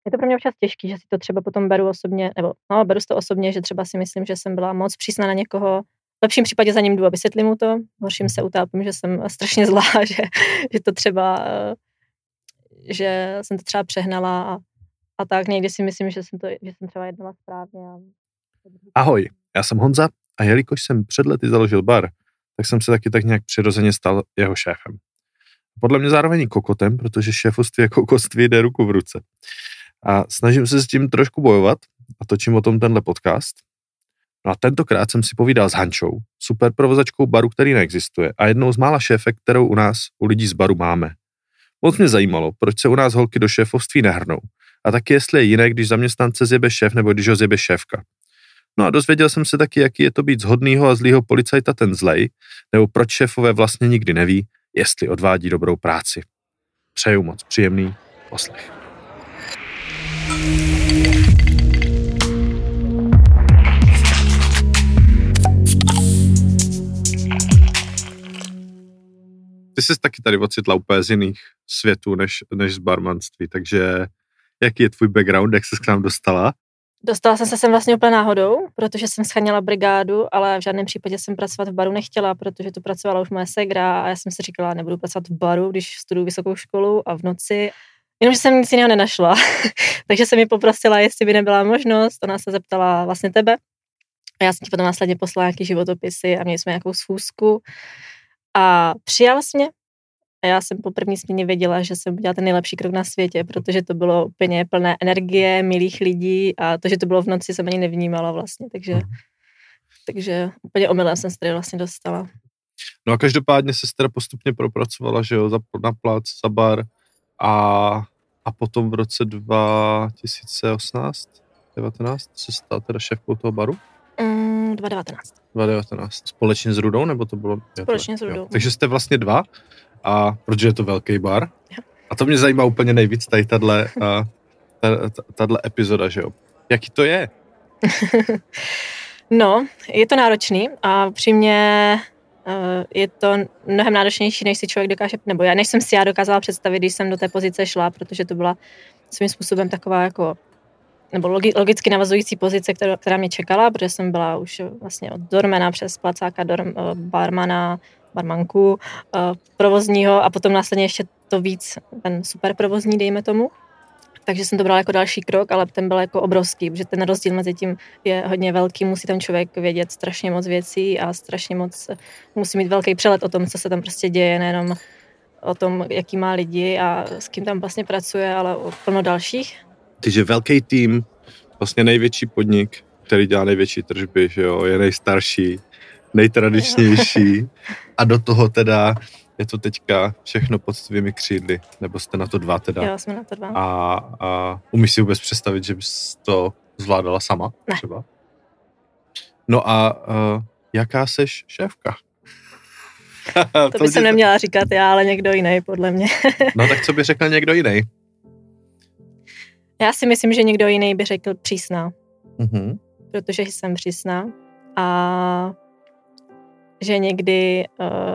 Je to pro mě občas těžký, že si to třeba potom beru osobně, nebo no, beru si to osobně, že třeba si myslím, že jsem byla moc přísná na někoho. V lepším případě za ním jdu a vysvětlím mu to. V horším se utápím, že jsem strašně zlá, že to třeba, že jsem to třeba přehnala a tak. Někdy si myslím, že jsem třeba jednala správně. Ahoj, já jsem Honza a jelikož jsem před lety založil bar, tak jsem se taky tak nějak přirozeně stal jeho šéfem. Podle mě zároveň i kokotem, protože šéfoství a kokotství jde ruku v ruce. A snažím se s tím trošku bojovat a točím o tom tenhle podcast. No a tentokrát jsem si povídal s Hančou, super provozačkou baru, který neexistuje a jednou z mála šéfek, kterou u lidí z baru máme. Moc mě zajímalo, proč se u nás holky do šéfovství nehrnou a taky jestli je jiné, když zaměstnance zjebe šéf nebo když ho zjebe šéfka. No a dozvěděl jsem se taky, jaký je to být z hodnýho a zlýho policajta ten zlej, nebo proč šéfové vlastně nikdy neví, jestli odvádí dobrou práci. Přeju moc příjemný poslech. Ty jsi taky tady ocitla úplně z jiných světů než z barmanství, takže jaký je tvůj background, jak jsi k nám dostala? Dostala jsem se sem vlastně úplně náhodou, protože jsem sháněla brigádu, ale v žádném případě jsem pracovat v baru nechtěla, protože tu pracovala už moje ségra a já jsem si říkala, nebudu pracovat v baru, když studuju vysokou školu a v noci. Jenomže jsem nic jiného nenašla. Takže jsem mi poprosila, jestli by nebyla možnost. Ona se zeptala vlastně tebe. A já jsem ti potom následně poslala nějaký životopisy a měli jsme nějakou schůzku. A přijala jsi mě. A já jsem po první směně věděla, že jsem udělala ten nejlepší krok na světě, protože to bylo úplně plné energie, milých lidí a to, že to bylo v noci, jsem ani nevnímala vlastně. Takže úplně omylem jsem se tady vlastně dostala. No a každopádně se teda postupně propracovala, že jo, na plac, za bar a potom v roce 2018, 19 se stala teda šéfkou toho baru? 2019. Společně s Rudou, nebo to bylo? Společně s Rudou. Jo. Takže jste vlastně dva, a protože je to velký bar. Jo. A to mě zajímá úplně nejvíc, tady tato epizoda, že jo. Jaký to je? No, je to náročný a upřímně je to mnohem náročnější, než si člověk dokáže, nebo než jsem si já dokázala představit, když jsem do té pozice šla, protože to byla svým způsobem taková jako nebo logicky navazující pozice, která mě čekala, protože jsem byla už vlastně od dormana přes placáka, barmana, barmanku, provozního a potom následně ještě to víc, ten super provozní, dejme tomu. Takže jsem to brala jako další krok, ale ten byl jako obrovský, protože ten rozdíl mezi tím je hodně velký, musí tam člověk vědět strašně moc věcí a strašně moc musí mít velký přehled o tom, co se tam prostě děje, nejenom o tom, jaký má lidi a s kým tam vlastně pracuje, ale o plno dalších. Takže velký tým, vlastně největší podnik, který dělá největší tržby, že jo, je nejstarší, nejtradičnější a do toho teda je to teďka všechno pod tvými křídly, nebo jste na to dva teda. Jo, jsme na to dva. A umíš si vůbec představit, že bys to zvládala sama? Ne. Třeba? No a jaká seš šéfka? To by jsem neměla říkat já, ale někdo jiný, podle mě. No tak co by řekl někdo jiný? Já si myslím, že někdo jiný by řekl přísná. Mm-hmm. Protože jsem přísná a že někdy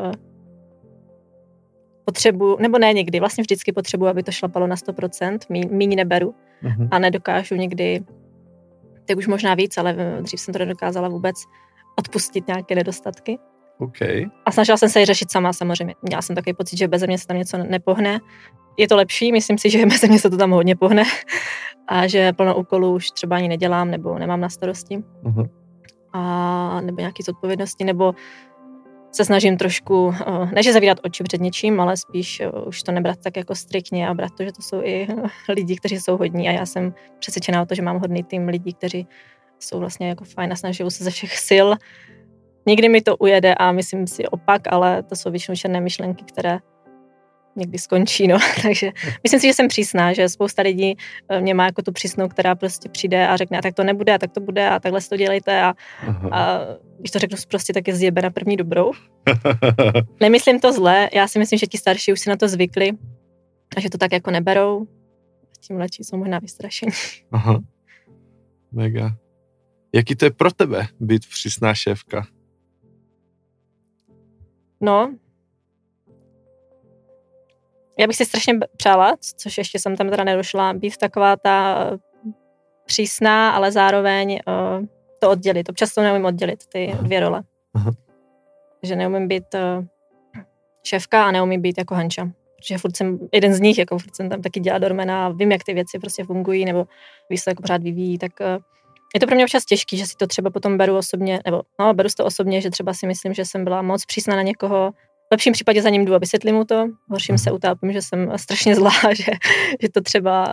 potřebuji, nebo ne někdy, vlastně vždycky potřebuji, aby to šlapalo na 100%, míň neberu a nedokážu někdy, tak už možná víc, ale dřív jsem to nedokázala vůbec odpustit nějaké nedostatky. Okay. A snažila jsem se ji řešit sama samozřejmě. Měla jsem takový pocit, že beze mě se tam něco nepohne. Je to lepší, myslím si, že beze mě se to tam hodně pohne a že plno úkolů už třeba ani nedělám nebo nemám na starosti. Uh-huh. A nebo nějaký zodpovědnosti, nebo se snažím trošku, ne že zavírat oči před něčím, ale spíš už to nebrat tak jako striktně a brát to, že to jsou i lidi, kteří jsou hodní a já jsem přesvědčená o to, že mám hodný tým lidí, kteří jsou vlastně jako fajn a snaží se ze všech sil. Někdy mi to ujede a myslím si opak, ale to jsou většinou černé myšlenky, které někdy skončí, no. Takže myslím si, že jsem přísná, že spousta lidí mě má jako tu přísnou, která prostě přijde a řekne, a tak to nebude, a tak to bude, a takhle si to dělejte a když to řeknu prostě, tak je zjebe na první dobrou. Nemyslím to zle, já si myslím, že ti starší už si na to zvykli a že to tak jako neberou. Ti mladší jsou možná vystrašení. Aha, mega. Jaký to je pro tebe být přísná šéfka? No, Já bych si strašně přála, což ještě jsem tam teda nedošla, být taková ta přísná, ale zároveň to oddělit. Občas to neumím oddělit, ty dvě role. Aha. Že neumím být šéfka a neumím být jako Hanča. Protože furt jsem jeden z nich, jako furt jsem tam taky dělá dormena a vím, jak ty věci prostě fungují, nebo když se to jako pořád vyvíjí, tak je to pro mě občas těžký, že si to třeba potom beru osobně, nebo beru si to osobně, že třeba si myslím, že jsem byla moc přísná na někoho. V lepším případě za ním jdu a vysvětlím mu to, v horším se utápím, že jsem strašně zlá, že to třeba,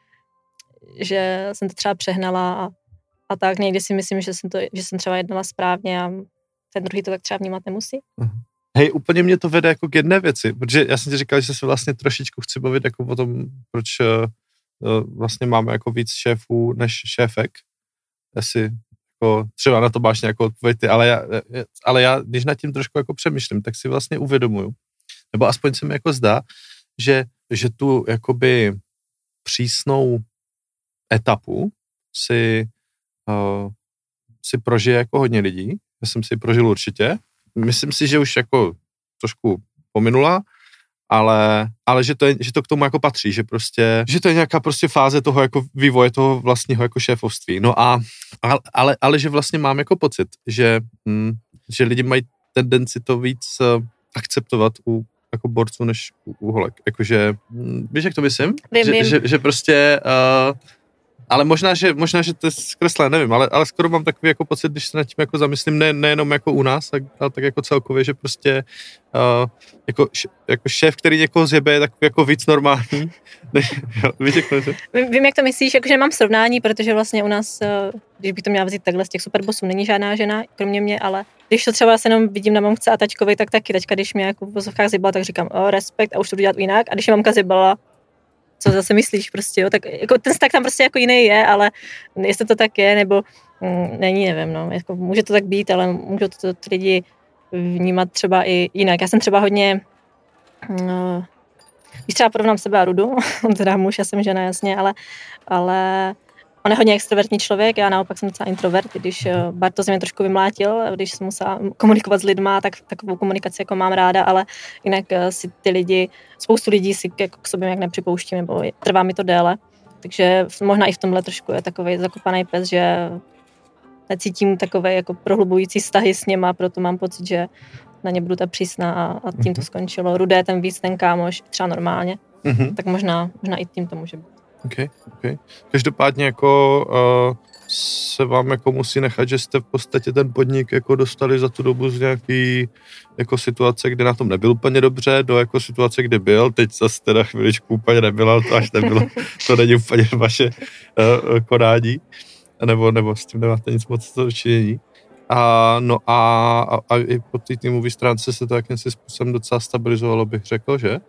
že jsem to třeba přehnala a tak. Někdy si myslím, že jsem třeba jednala správně a ten druhý to tak třeba vnímat nemusí. Hej, úplně mě to vede jako k jedné věci, protože já jsem ti říkal, že se vlastně trošičku chci bavit jako o tom, proč vlastně máme jako víc šéfů než šéfek. Asi jako, třeba na to máš nějakou odpověď, ale já, když nad tím trošku jako přemýšlím, tak si vlastně uvědomuju, nebo aspoň se mi jako zdá, že tu jakoby přísnou etapu si prožije jako hodně lidí. Já jsem si ji prožil určitě. Myslím si, že už jako trošku pominula, ale že to k tomu jako patří, že to je nějaká prostě fáze toho jako vývoje toho vlastního jako šéfovství. No ale že vlastně mám jako pocit, že lidi mají tendenci to víc akceptovat u jako borců než u holek. Jakože, víš, jak to myslím? Že prostě ale možná, že to je zkreslé, nevím, ale skoro mám takový jako pocit, když se nad tím jako zamyslím, nejenom jako u nás, ale tak jako celkově, že prostě jako šéf, který někoho zjebe, je takový jako víc normální. Víš, jak to myslím? Vím, jak to myslíš, jakože nemám srovnání, protože vlastně u nás, když bych to měla vzít takhle z těch superbossů, není žádná žena, kromě mě, ale když to třeba se jenom vidím na mamce a taťkovi, tak taky teďka, když mě jako v vozovkách zjebala, tak říkám, respekt a už to budu dělat jinak. A když mě mamka zjebala, co zase myslíš prostě, jo, tak jako ten vztah tam prostě jako jiný je, ale jestli to tak je, nebo není, nevím, no, jako může to tak být, ale můžou to ty lidi vnímat třeba i jinak. Já jsem třeba hodně, když třeba porovnám sebe a Rudu, on teda muž, já jsem žena, jasně, ale on je hodně extrovertní člověk, já naopak jsem docela introvert, když Bartosz mě trošku vymlátil, když jsem musela komunikovat s lidma, tak takovou komunikaci jako mám ráda, ale jinak si ty lidi, spoustu lidí si jako k sobě nějak nepřipouštím, nebo trvá mi to déle, takže možná i v tomhle trošku je takovej zakopaný pes, že necítím takové jako prohlubující vztahy s něma, proto mám pocit, že na ně budu ta přísná a tím to skončilo. Rudé ten víc, ten kámoš, třeba normálně, tak možná i tím to může být. Okay. Každopádně jako se vám jako musí nechat, že jste v podstatě ten podnik jako dostali za tu dobu z nějaký jako situace, kde na tom nebyl úplně dobře, do jako situace, kde byl, teď zase teda chviličku úplně nebyl, ale to až nebylo, to není úplně vaše konání, nebo s tím nemáte nic moc to dočinění. A i po té týmové stránce se to jakým způsobem docela stabilizovalo, bych řekl, že?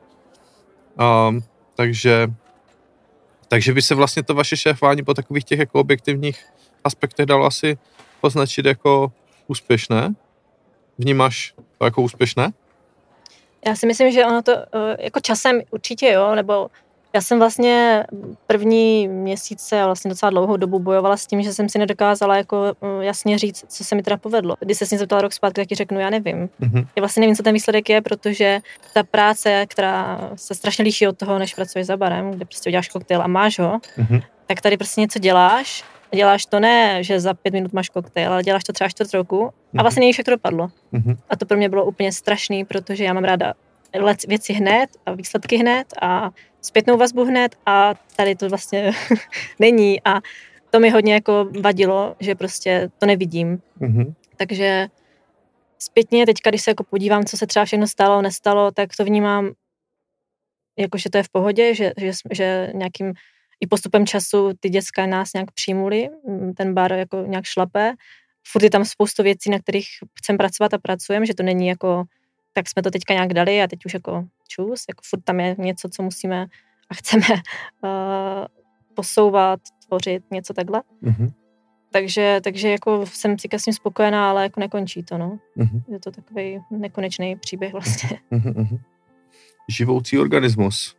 Takže by se vlastně to vaše šéfování po takových těch jako objektivních aspektech dalo asi označit jako úspěšné? Vnímáš to jako úspěšné? Já si myslím, že ono to jako časem určitě jo, nebo já jsem vlastně první měsíce a vlastně docela dlouhou dobu bojovala s tím, že jsem si nedokázala jako jasně říct, co se mi teda povedlo. Když se s ní zeptala rok zpátky, tak ti řeknu, já nevím. Já vlastně nevím, co ten výsledek je, protože ta práce, která se strašně liší od toho, než pracuješ za barem, kde prostě uděláš koktejl a máš ho, tak tady prostě něco děláš. Děláš to ne, že za 5 minut máš koktejl, ale děláš to třeba 4 roku a vlastně nevíš, jak to dopadlo. A to pro mě bylo úplně strašný, protože já mám ráda věci hned a výsledky hned a zpětnou vazbu hned a tady to vlastně není a to mi hodně jako vadilo, že prostě to nevidím. Takže zpětně teďka, když se jako podívám, co se třeba všechno stalo, nestalo, tak to vnímám jako, že to je v pohodě, že nějakým i postupem času ty děcka nás nějak přijmuli, ten bar jako nějak šlape. Furt je tam spoustu věcí, na kterých chcem pracovat a pracujeme, že to není jako tak jsme to teďka nějak dali a teď už jako čus, jako furt tam je něco, co musíme a chceme posouvat, tvořit, něco takhle. Takže jako jsem si s tím spokojená, ale jako nekončí to, no. Je to takový nekonečný příběh vlastně. Živoucí organismus.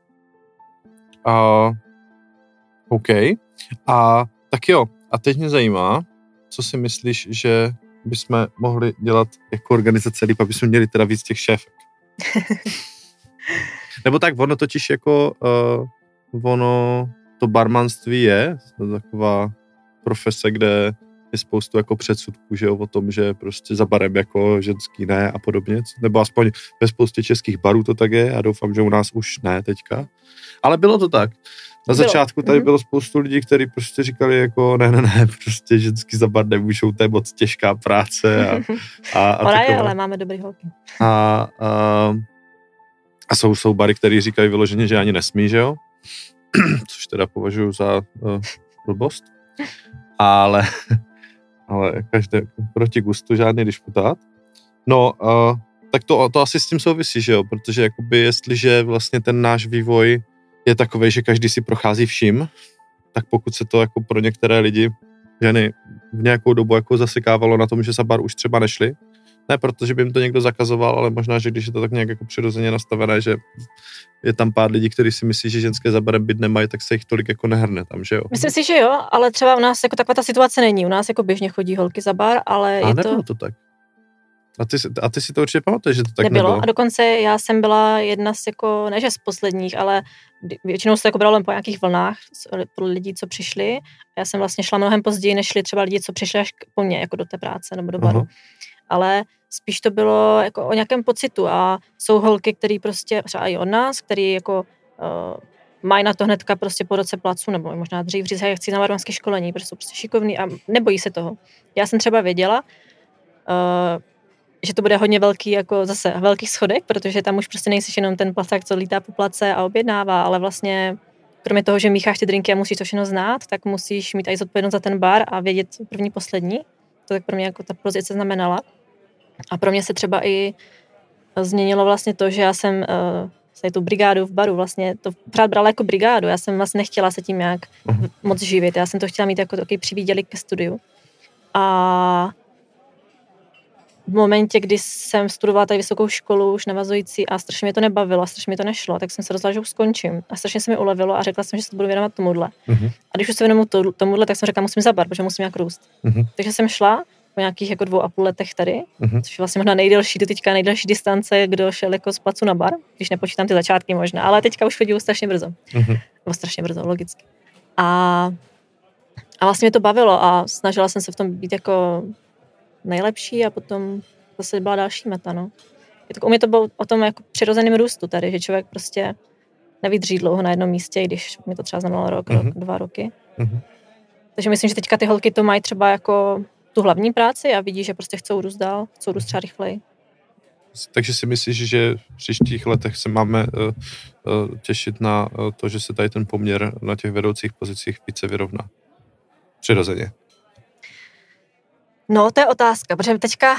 OK. A tak jo, a teď mě zajímá, co si myslíš, že bychom mohli dělat jako organizace líp, aby jsme měli teda víc těch šéfek. Nebo tak, ono totiž jako, to barmanství je taková profese, kde je spoustu jako předsudků, že jo, o tom, že prostě za barem jako ženský ne a podobně, nebo aspoň ve spoustě českých barů to tak je a doufám, že u nás už ne teďka. Ale bylo to tak. Na začátku tady bylo spoustu lidí, kteří prostě říkali jako ne, prostě ženský za bar nemůžou, to je moc těžká práce a ona je, ale máme dobrý holky. A jsou bary, který říkají vyloženě, že ani nesmí, že jo? Což teda považuji za blbost. Ale každé proti gustu žádný disputát. No, tak to asi s tím souvisí, že jo? Protože jakoby jestliže vlastně ten náš vývoj je takovej, že každý si prochází vším, tak pokud se to jako pro některé lidi, ženy, v nějakou dobu jako zasekávalo na tom, že za bar už třeba nešli, ne protože by jim to někdo zakazoval, ale možná, že když je to tak nějak jako přirozeně nastavené, že je tam pár lidí, kteří si myslí, že ženské za barem být nemají, tak se jich tolik jako nehrne tam, že jo? Myslím si, že jo, ale třeba u nás jako taková ta situace není. U nás jako běžně chodí holky za bar, ale je nebylo to tak. A ty si to určitě pamatuješ, že to tak nebylo. A dokonce já jsem byla jedna z jako, ne že z posledních, ale většinou se to jako bralo jen po nějakých vlnách pro lidi, co přišli. Já jsem vlastně šla mnohem později, než šli třeba lidi, co přišli až po mně, jako do té práce nebo do baru. Ale spíš to bylo jako o nějakém pocitu a jsou holky, který prostě, třeba i od nás, který jako mají na to hnedka prostě po roce placu, nebo možná dřív říct, jak chci na barmanské školení, protože jsou prostě šikovný a nebojí se toho. Já jsem třeba věděla, že to bude hodně velký, jako zase velký schodek, protože tam už prostě nejsi jenom ten placák, co lítá po place a objednává, ale vlastně kromě toho, že mícháš ty drinky a musíš to všechno znát, tak musíš mít i zodpovědnost za ten bar a vědět první, poslední. To tak pro mě jako ta pozice znamenala. A pro mě se třeba i změnilo vlastně to, že já jsem tu brigádu v baru vlastně to pořád brala jako brigádu. Já jsem vlastně nechtěla se tím nějak moc živit. Já jsem to chtěla mít jako takový přivídělek ke studiu. A v momentě, kdy jsem studovala tady vysokou školu už navazující a strašně mě to nebavilo a strašně mi to nešlo, tak jsem se rozhodla, že už skončím. A strašně se mi ulevilo a řekla jsem, že se budu věnovat tomuhle. A když už se věnuju tomuhle, tak jsem řekla, musím za bar, protože musím nějak růst. Takže jsem šla po nějakých jako 2,5 letech tady, což je vlastně možná nejdelší distance, kdo šel jako z placu na bar, když nepočítám ty začátky možná, ale teďka už chodím strašně brzo. Nebo strašně brzo, logicky. A vlastně mě to bavilo a snažila jsem se v tom být jako nejlepší a potom zase byla další meta, no. U mě to bylo o tom jako přirozeném růstu tady, že člověk prostě nevydrží dlouho na jednom místě, i když mi to třeba znamenalo rok, 2 roky. Takže myslím, že teďka ty holky to mají třeba jako tu hlavní práci a vidí, že prostě chcou růst dál, chcou růst třeba rychleji. Takže si myslíš, že v příštích letech se máme těšit na to, že se tady ten poměr na těch vedoucích pozicích více vyrovná? Přirozeně. No, to je otázka, protože teďka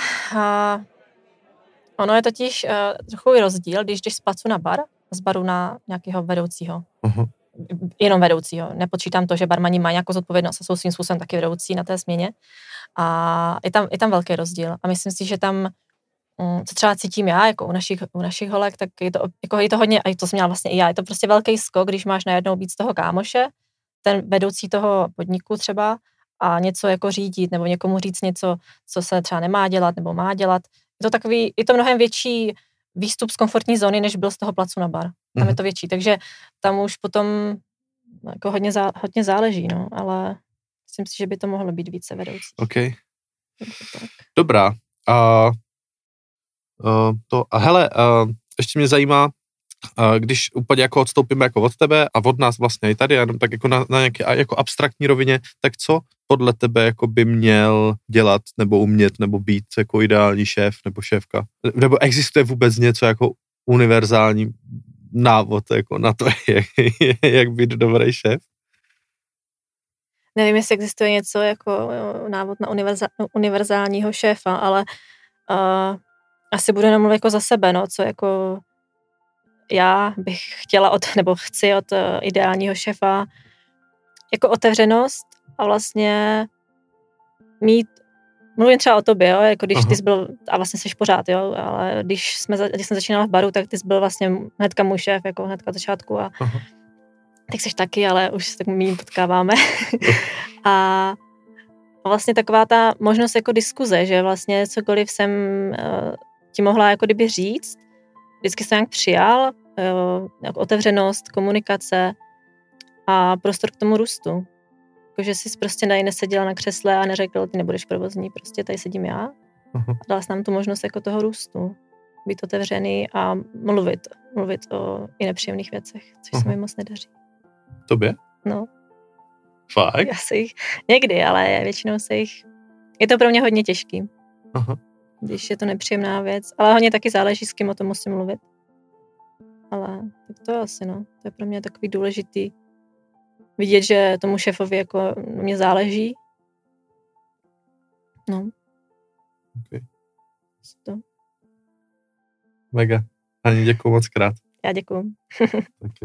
ono je totiž trochu rozdíl, když jdeš z placu na bar, z baru na nějakého vedoucího. Jenom vedoucího. Nepočítám to, že barmani mají nějakou zodpovědnost a jsou svým způsobem taky vedoucí na té směně. A je tam velký rozdíl. A myslím si, že tam, co třeba cítím já, jako u našich holek, tak je to hodně, a to jsem měla vlastně i já, je to prostě velký skok, když máš najednou být z toho kámoše, ten vedoucí toho podniku třeba, a něco jako řídit, nebo někomu říct něco, co se třeba nemá dělat, nebo má dělat. Je to mnohem větší výstup z komfortní zóny, než byl z toho placu na bar. Tam je to větší, takže tam už potom jako hodně záleží, no, ale myslím si, že by to mohlo být více vedoucí. OK. Dobrá. Hele, ještě mě zajímá, když úplně jako odstoupíme jako od tebe a od nás vlastně i tady, jenom tak jako na nějaké jako abstraktní rovině, tak co podle tebe jako by měl dělat nebo umět nebo být jako ideální šéf nebo šéfka? Nebo existuje vůbec něco jako univerzální návod jako na to, jak být dobrý šéf? Nevím, jestli existuje něco jako návod na univerzálního šéfa, ale asi budu jenom mluvit jako za sebe, no, co jako já bych chtěla chci od ideálního šéfa jako otevřenost a vlastně mluvím třeba o tobě, jo, jako když ty jsi byl, a vlastně jsi pořád, jo, ale když jsem začínala v baru, tak ty jsi byl vlastně hnedka můj šéf, jako hnedka od začátku a tak jsi taky, ale už se tak méně potkáváme. A vlastně taková ta možnost jako diskuze, že vlastně cokoliv jsem ti mohla jako kdyby říct, vždycky jsem nějak přijal, jako otevřenost, komunikace a prostor k tomu růstu. Jakože jsi prostě neseděla na křesle a neřekl, ty nebudeš provozní, prostě tady sedím já. A dala jsi nám tu možnost jako toho růstu. Být otevřený a mluvit o i nepříjemných věcech, což se mi moc nedaří. Tobě? No. Fakt? Já si jich někdy, ale většinou se jich... Je to pro mě hodně těžký. Aha. Když je to nepříjemná věc. Ale hodně taky záleží, s kým o tom musím mluvit. Ale tak to asi, no. To je pro mě takový důležitý. Vidět, že tomu šéfovi jako mě záleží. No. Okay. To. Mega. Ani děkuju moc krát. Já děkuju. Tak jo.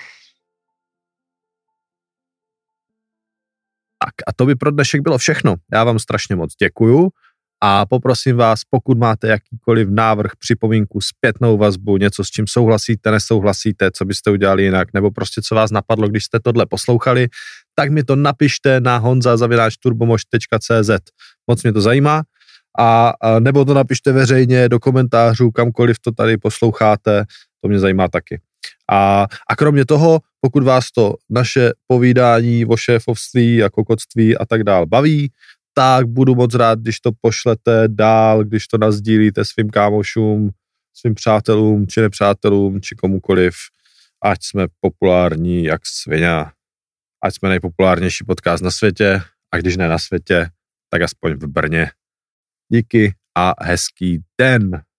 Tak a to by pro dnešek bylo všechno. Já vám strašně moc děkuju a poprosím vás, pokud máte jakýkoliv návrh, připomínku, zpětnou vazbu, něco, s čím souhlasíte, nesouhlasíte, co byste udělali jinak, nebo prostě co vás napadlo, když jste tohle poslouchali, tak mi to napište na honza@turbomož.cz. Moc mě to zajímá. A nebo to napište veřejně do komentářů, kamkoliv to tady posloucháte, to mě zajímá taky. A kromě toho, pokud vás to naše povídání o šéfovství a kokotství a tak dál baví, tak budu moc rád, když to pošlete dál, když to nasdílíte svým kámošům, svým přátelům, či nepřátelům, či komukoliv, ať jsme populární jak svině, ať jsme nejpopulárnější podcast na světě, a když ne na světě, tak aspoň v Brně. Díky a hezký den.